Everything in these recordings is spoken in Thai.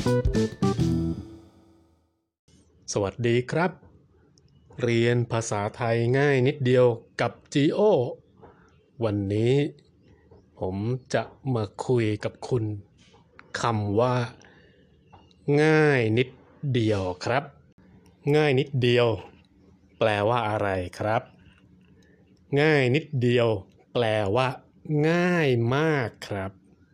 สวัสดีครับเรียนภาษาไทยง่ายนิดเดียวกับ Gio วันนี้ผมจะมาคุยกับคุณคำว่าง่ายนิดเดียวครับง่ายนิดเดียวแปลว่าอะไรครับง่ายนิดเดียวแปลว่าง่ายมากครับ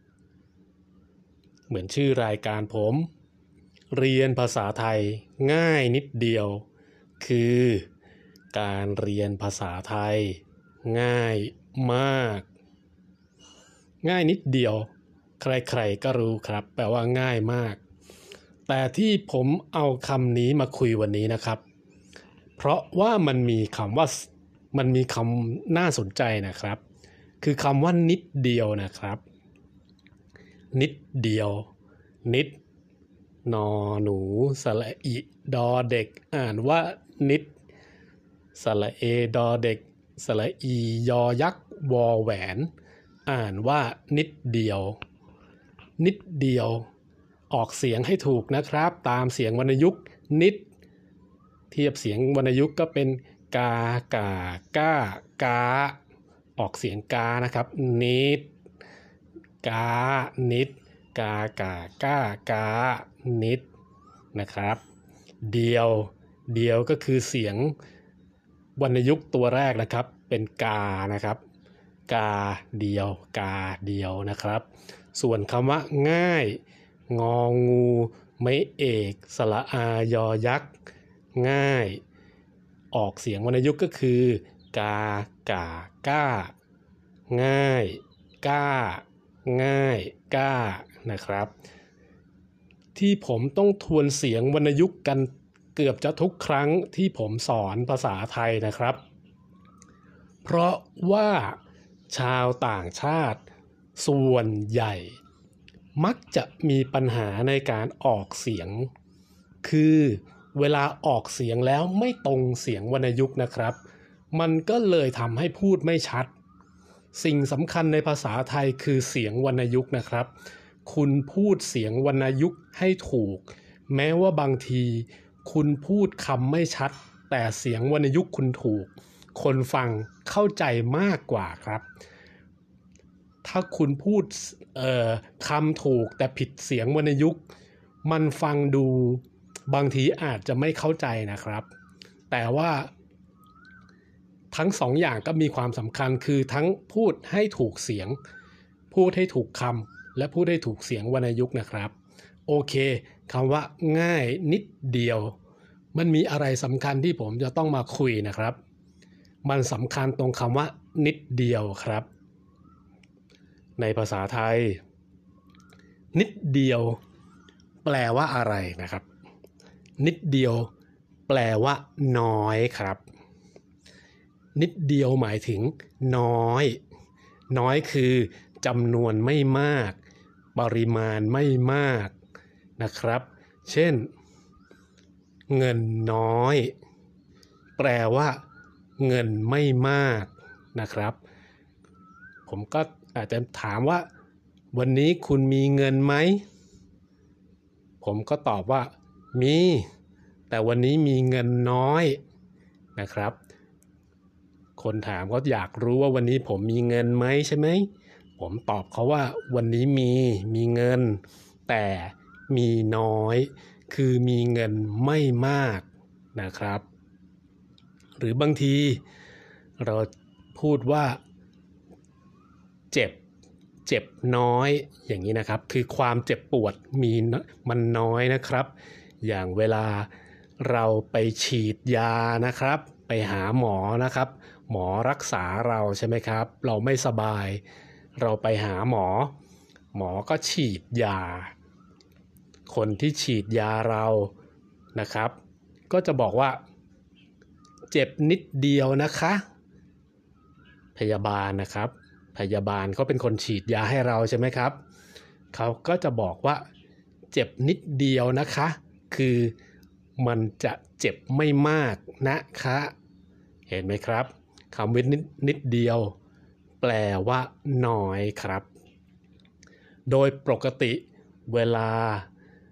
เหมือนชื่อรายการผมเรียนภาษาไทยง่ายนิดเดียวคือการเรียนภาษาไทยง่ายมากง่ายนิดเดียวใครๆก็รู้ครับแปลว่าง่ายมากแต่ที่ผมเอาคำนี้มาคุยวันนี้นะครับเพราะว่ามันมีคำน่าสนใจนะครับคือคำว่านิดเดียวนะครับนิดเดียวนิดนอหนูสระอิดอเด็กอ่านว่านิดสระเอดอเด็กสระอียอยักษ์วอแหวนอ่านว่านิดเดียวนิดเดียวออกเสียงให้ถูกนะครับตามเสียงวรรณยุกต์นิดเทียบเสียงวรรณยุกต์ก็เป็นกากาก้ากาออกเสียงกานะครับนิดกานิดกากาก้ากานิดนะครับเดียวเดียวก็คือเสียงวรรณยุกต์ตัวแรกนะครับเป็นกานะครับกาเดียวกาเดียวนะครับส่วนคำว่าง่ายงองูไม่เอกสระอายอยักษ์ง่ายออกเสียงวรรณยุกต์ก็คือกากาก้าง่ายก้าง่ายก้านะครับที่ผมต้องทวนเสียงวรรณยุกต์กันเกือบจะทุกครั้งที่ผมสอนภาษาไทยนะครับเพราะว่าชาวต่างชาติส่วนใหญ่มักจะมีปัญหาในการออกเสียงคือเวลาออกเสียงแล้วไม่ตรงเสียงวรรณยุกต์นะครับมันก็เลยทำให้พูดไม่ชัดสิ่งสำคัญในภาษาไทยคือเสียงวรรณยุกต์นะครับคุณพูดเสียงวรรณยุกต์ให้ถูกแม้ว่าบางทีคุณพูดคำไม่ชัดแต่เสียงวรรณยุกต์คุณถูกคนฟังเข้าใจมากกว่าครับถ้าคุณพูดคำถูกแต่ผิดเสียงวรรณยุกต์มันฟังดูบางทีอาจจะไม่เข้าใจนะครับแต่ว่าทั้งสองอย่างก็มีความสำคัญคือทั้งพูดให้ถูกเสียงพูดให้ถูกคำและพูดให้ถูกเสียงวรรณยุกต์นะครับโอเคคำว่าง่ายนิดเดียวมันมีอะไรสำคัญที่ผมจะต้องมาคุยนะครับมันสำคัญตรงคำว่านิดเดียวครับในภาษาไทยนิดเดียวแปลว่าอะไรนะครับนิดเดียวแปลว่าน้อยครับนิดเดียวหมายถึงน้อยน้อยคือจำนวนไม่มากปริมาณไม่มากนะครับเช่นเงินน้อยแปลว่าเงินไม่มากนะครับผมก็อาจจะถามว่าวันนี้คุณมีเงินไหมผมก็ตอบว่ามีแต่วันนี้มีเงินน้อยนะครับคนถามก็อยากรู้ว่าวันนี้ผมมีเงินไหมใช่ไหมผมตอบเขาว่าวันนี้มีเงินแต่มีน้อยคือมีเงินไม่มากนะครับหรือบางทีเราพูดว่าเจ็บน้อยอย่างนี้นะครับคือความเจ็บปวดมันน้อยนะครับอย่างเวลาเราไปฉีดยานะครับไปหาหมอนะครับหมอรักษาเราใช่ไหมครับเราไม่สบายเราไปหาหมอก็ฉีดยาคนที่ฉีดยาเรานะครับก็จะบอกว่าเจ็บนิดเดียวนะคะพยาบาลนะครับพยาบาลเขาเป็นคนฉีดยาให้เราใช่ไหมครับเขาก็จะบอกว่าเจ็บนิดเดียวนะคะคือมันจะเจ็บไม่มากนะคะเห็นไหมครับคำว่านิดเดียวแปลว่าน้อยครับโดยปกติเวลา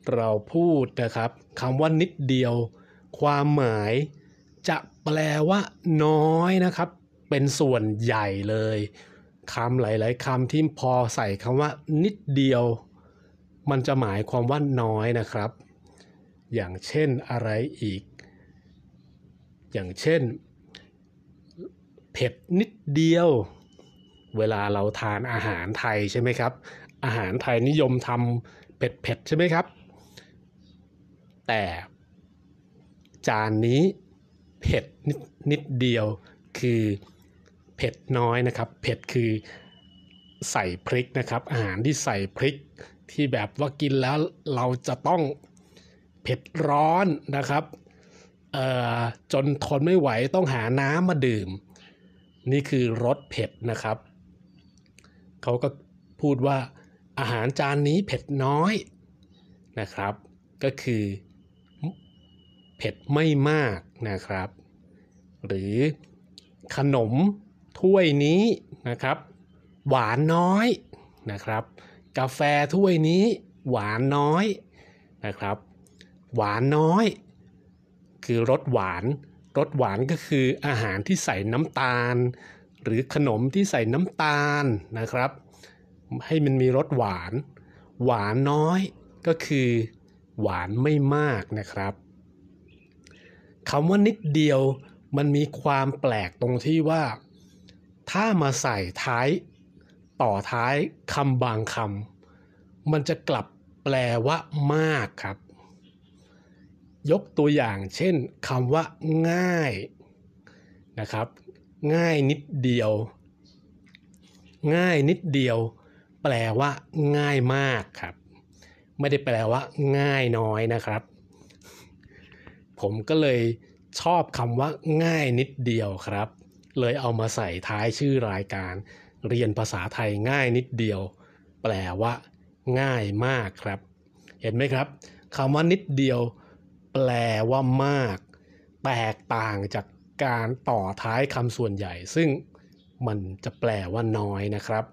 เราพูดนะครับคำว่านิดเดียวความหมายจะแปลว่าน้อยนะครับเป็นส่วนใหญ่เลยคำหลายๆคำที่พอใส่คำว่านิดเดียวมันจะหมายความว่าน้อยนะครับอย่างเช่นอะไรอีกอย่างเช่นเผ็ดนิดเดียวเวลาเราทานอาหารไทยใช่ไหมครับอาหารไทยนิยมทำเผ็ดๆใช่ไหมครับแต่จานนี้เผ็ดนิดเดียวคือเผ็ดน้อยนะครับเผ็ดคือใส่พริกนะครับอาหารที่ใส่พริกที่แบบว่ากินแล้วเราจะต้องเผ็ดร้อนนะครับจนทนไม่ไหวต้องหาน้ำมาดื่มนี่คือรสเผ็ดนะครับเขาก็พูดว่าอาหารจานนี้เผ็ดน้อยนะครับก็คือเผ็ดไม่มากนะครับหรือขนมถ้วยนี้นะครับหวานน้อยนะครับกาแฟถ้วยนี้หวานน้อยนะครับหวานน้อยคือรสหวานก็คืออาหารที่ใส่น้ำตาลหรือขนมที่ใส่น้ำตาลนะครับให้มันมีรสหวานน้อยก็คือหวานไม่มากนะครับคำว่านิดเดียวมันมีความแปลกตรงที่ว่าถ้ามาใส่ต่อท้ายคำบางคำมันจะกลับแปลว่ามากครับยกตัวอย่างเช่นคำว่าง่ายนะครับง่ายนิดเดียวแปลว่าง่ายมากครับไม่ได้แปลว่าง่ายน้อยนะครับผมก็เลยชอบคำว่าง่ายนิดเดียวครับเลยเอามาใส่ท้ายชื่อรายการเรียนภาษาไทยง่ายนิดเดียวแปลว่าง่ายมากครับเห็นไหมครับคำว่านิดเดียวแปลว่ามากแตกต่างจากการต่อท้ายคำส่วนใหญ่ซึ่งมันจะแปลว่าน้อยนะครับ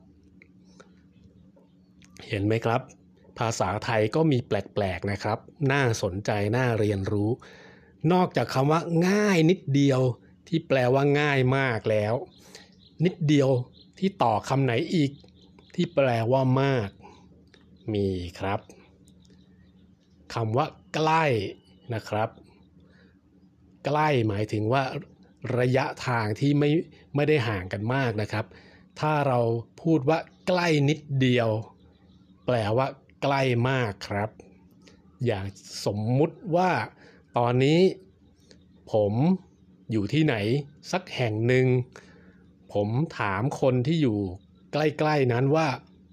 เห็นไหมครับภาษาไทยก็มีแปลกๆนะครับน่าสนใจน่าเรียนรู้นอกจากคำว่าง่ายนิดเดียวที่แปลว่าง่ายมากแล้วนิดเดียวที่ต่อคำไหนอีกที่แปลว่ามากมีครับคำว่าใกล้นะครับใกล้หมายถึงว่าระยะทางที่ไม่ได้ห่างกันมากนะครับถ้าเราพูดว่าใกล้นิดเดียวแปลว่าใกล้มากครับอย่างสมมุติว่าตอนนี้ผมอยู่ที่ไหนสักแห่งหนึ่งผมถามคนที่อยู่ใกล้ๆนั้นว่า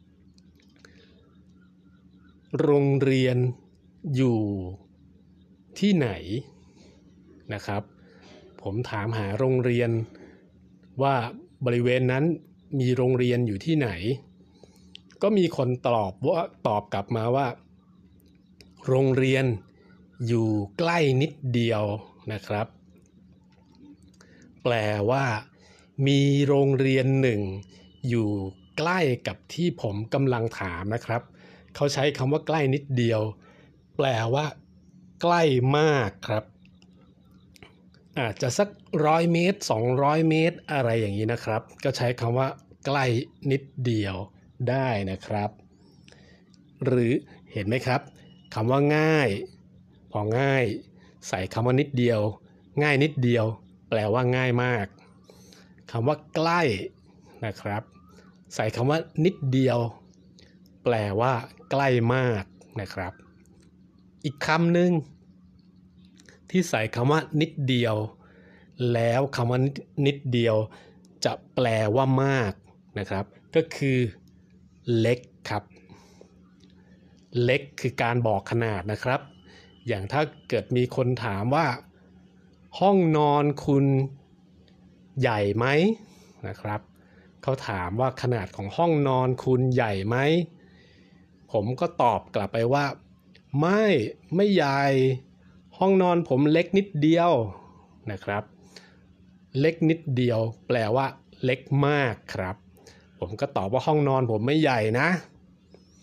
โรงเรียนอยู่ที่ไหนนะครับผมถามหาโรงเรียนว่าบริเวณนั้นมีโรงเรียนอยู่ที่ไหนก็มีคนตอบกลับมาว่าโรงเรียนอยู่ใกล้นิดเดียวนะครับแปลว่ามีโรงเรียนหนึ่งอยู่ใกล้กับที่ผมกำลังถามนะครับเขาใช้คำว่าใกล้นิดเดียวแปลว่าใกล้มากครับอาจจะสัก100 เมตร200 เมตรอะไรอย่างนี้นะครับก็ใช้คำว่าใกล้นิดเดียวได้นะครับหรือเห็นไหมครับคำว่าง่ายพอง่ายใส่คำว่านิดเดียวง่ายนิดเดียวแปลว่าง่ายมากคำว่าใกล้นะครับใส่คำว่านิดเดียวแปลว่าใกล้มากนะครับอีกคำหนึ่งที่ใส่คำว่านิดเดียวแล้วคำว่านิดเดียวจะแปลว่ามากนะครับก็คือเล็กครับเล็กคือการบอกขนาดนะครับอย่างถ้าเกิดมีคนถามว่าห้องนอนคุณใหญ่ไหมนะครับเขาถามว่าขนาดของห้องนอนคุณใหญ่ไหมผมก็ตอบกลับไปว่าไม่ใหญ่ห้องนอนผมเล็กนิดเดียวนะครับเล็กนิดเดียวแปลว่าเล็กมากครับผมก็ตอบว่าห้องนอนผมไม่ใหญ่นะห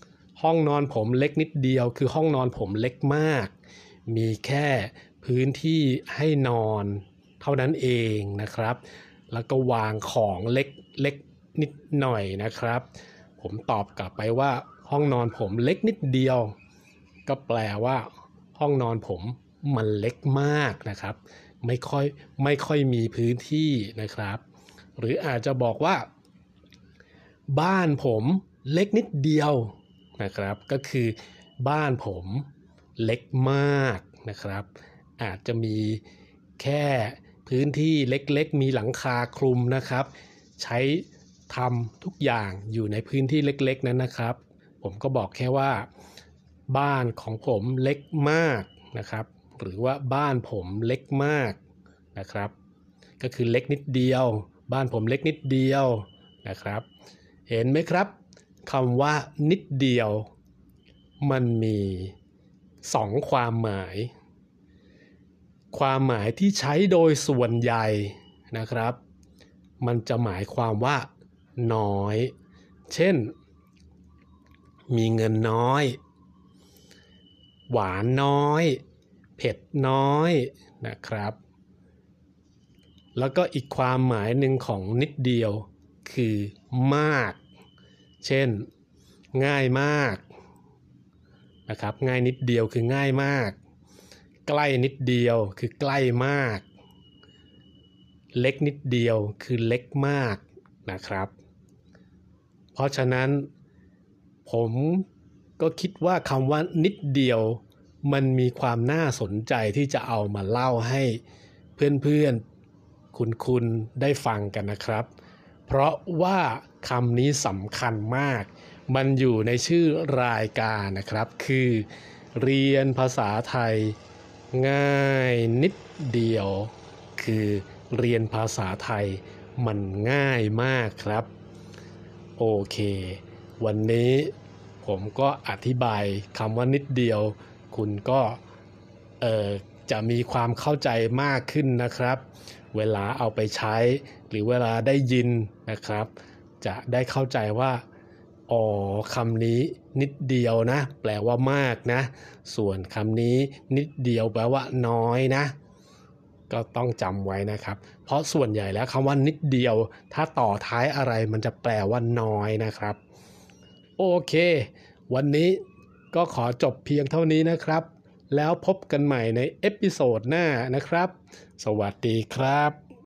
ห้องนอนผมเล็กนิดเดียวคือห้องนอนผมเล็กมากมีแค่พื้นที่ให้นอนเท่านั้นเองนะครับแล้วก็วางของเล็กนิดหน่อยนะครับผมตอบกลับไปว่าห้องนอนผมเล็กนิดเดียวก็แปลว่าห้องนอนผมมันเล็กมากนะครับไม่ค่อยมีพื้นที่นะครับหรืออาจจะบอกว่าบ้านผมเล็กนิดเดียวนะครับก็คือบ้านผมเล็กมากนะครับอาจจะมีแค่พื้นที่เล็กๆมีหลังคาคลุมนะครับใช้ทำทุกอย่างอยู่ในพื้นที่เล็กๆนั้นนะครับผมก็บอกแค่ว่าบ้านของผมเล็กมากนะครับหรือว่าบ้านผมเล็กมากนะครับก็คือเล็กนิดเดียวบ้านผมเล็กนิดเดียวนะครับเห็นไหมครับคำว่านิดเดียวมันมี2ความหมายความหมายที่ใช้โดยส่วนใหญ่นะครับมันจะหมายความว่าน้อยเช่นมีเงินน้อยหวานน้อยเผ็ดน้อยนะครับแล้วก็อีกความหมายหนึ่งของนิดเดียวคือมากเช่นง่ายมากนะครับง่ายนิดเดียวคือง่ายมากใกล้นิดเดียวคือใกล้มากเล็กนิดเดียวคือเล็กมากนะครับเพราะฉะนั้นผมก็คิดว่าคำว่านิดเดียวมันมีความน่าสนใจที่จะเอามาเล่าให้เพื่อนๆคุณได้ฟังกันนะครับเพราะว่าคำนี้สำคัญมากมันอยู่ในชื่อรายการนะครับคือเรียนภาษาไทยง่ายนิดเดียวคือเรียนภาษาไทยมันง่ายมากครับโอเควันนี้ผมก็อธิบายคำว่านิดเดียวคุณก็จะมีความเข้าใจมากขึ้นนะครับเวลาเอาไปใช้หรือเวลาได้ยินนะครับจะได้เข้าใจว่าอ๋อคำนี้นิดเดียวนะแปลว่ามากนะส่วนคำนี้นิดเดียวแปลว่าน้อยนะก็ต้องจำไว้นะครับเพราะส่วนใหญ่แล้วคำว่านิดเดียวถ้าต่อท้ายอะไรมันจะแปลว่าน้อยนะครับโอเควันนี้ก็ขอจบเพียงเท่านี้นะครับแล้วพบกันใหม่ในเอพิโซดหน้านะครับสวัสดีครับ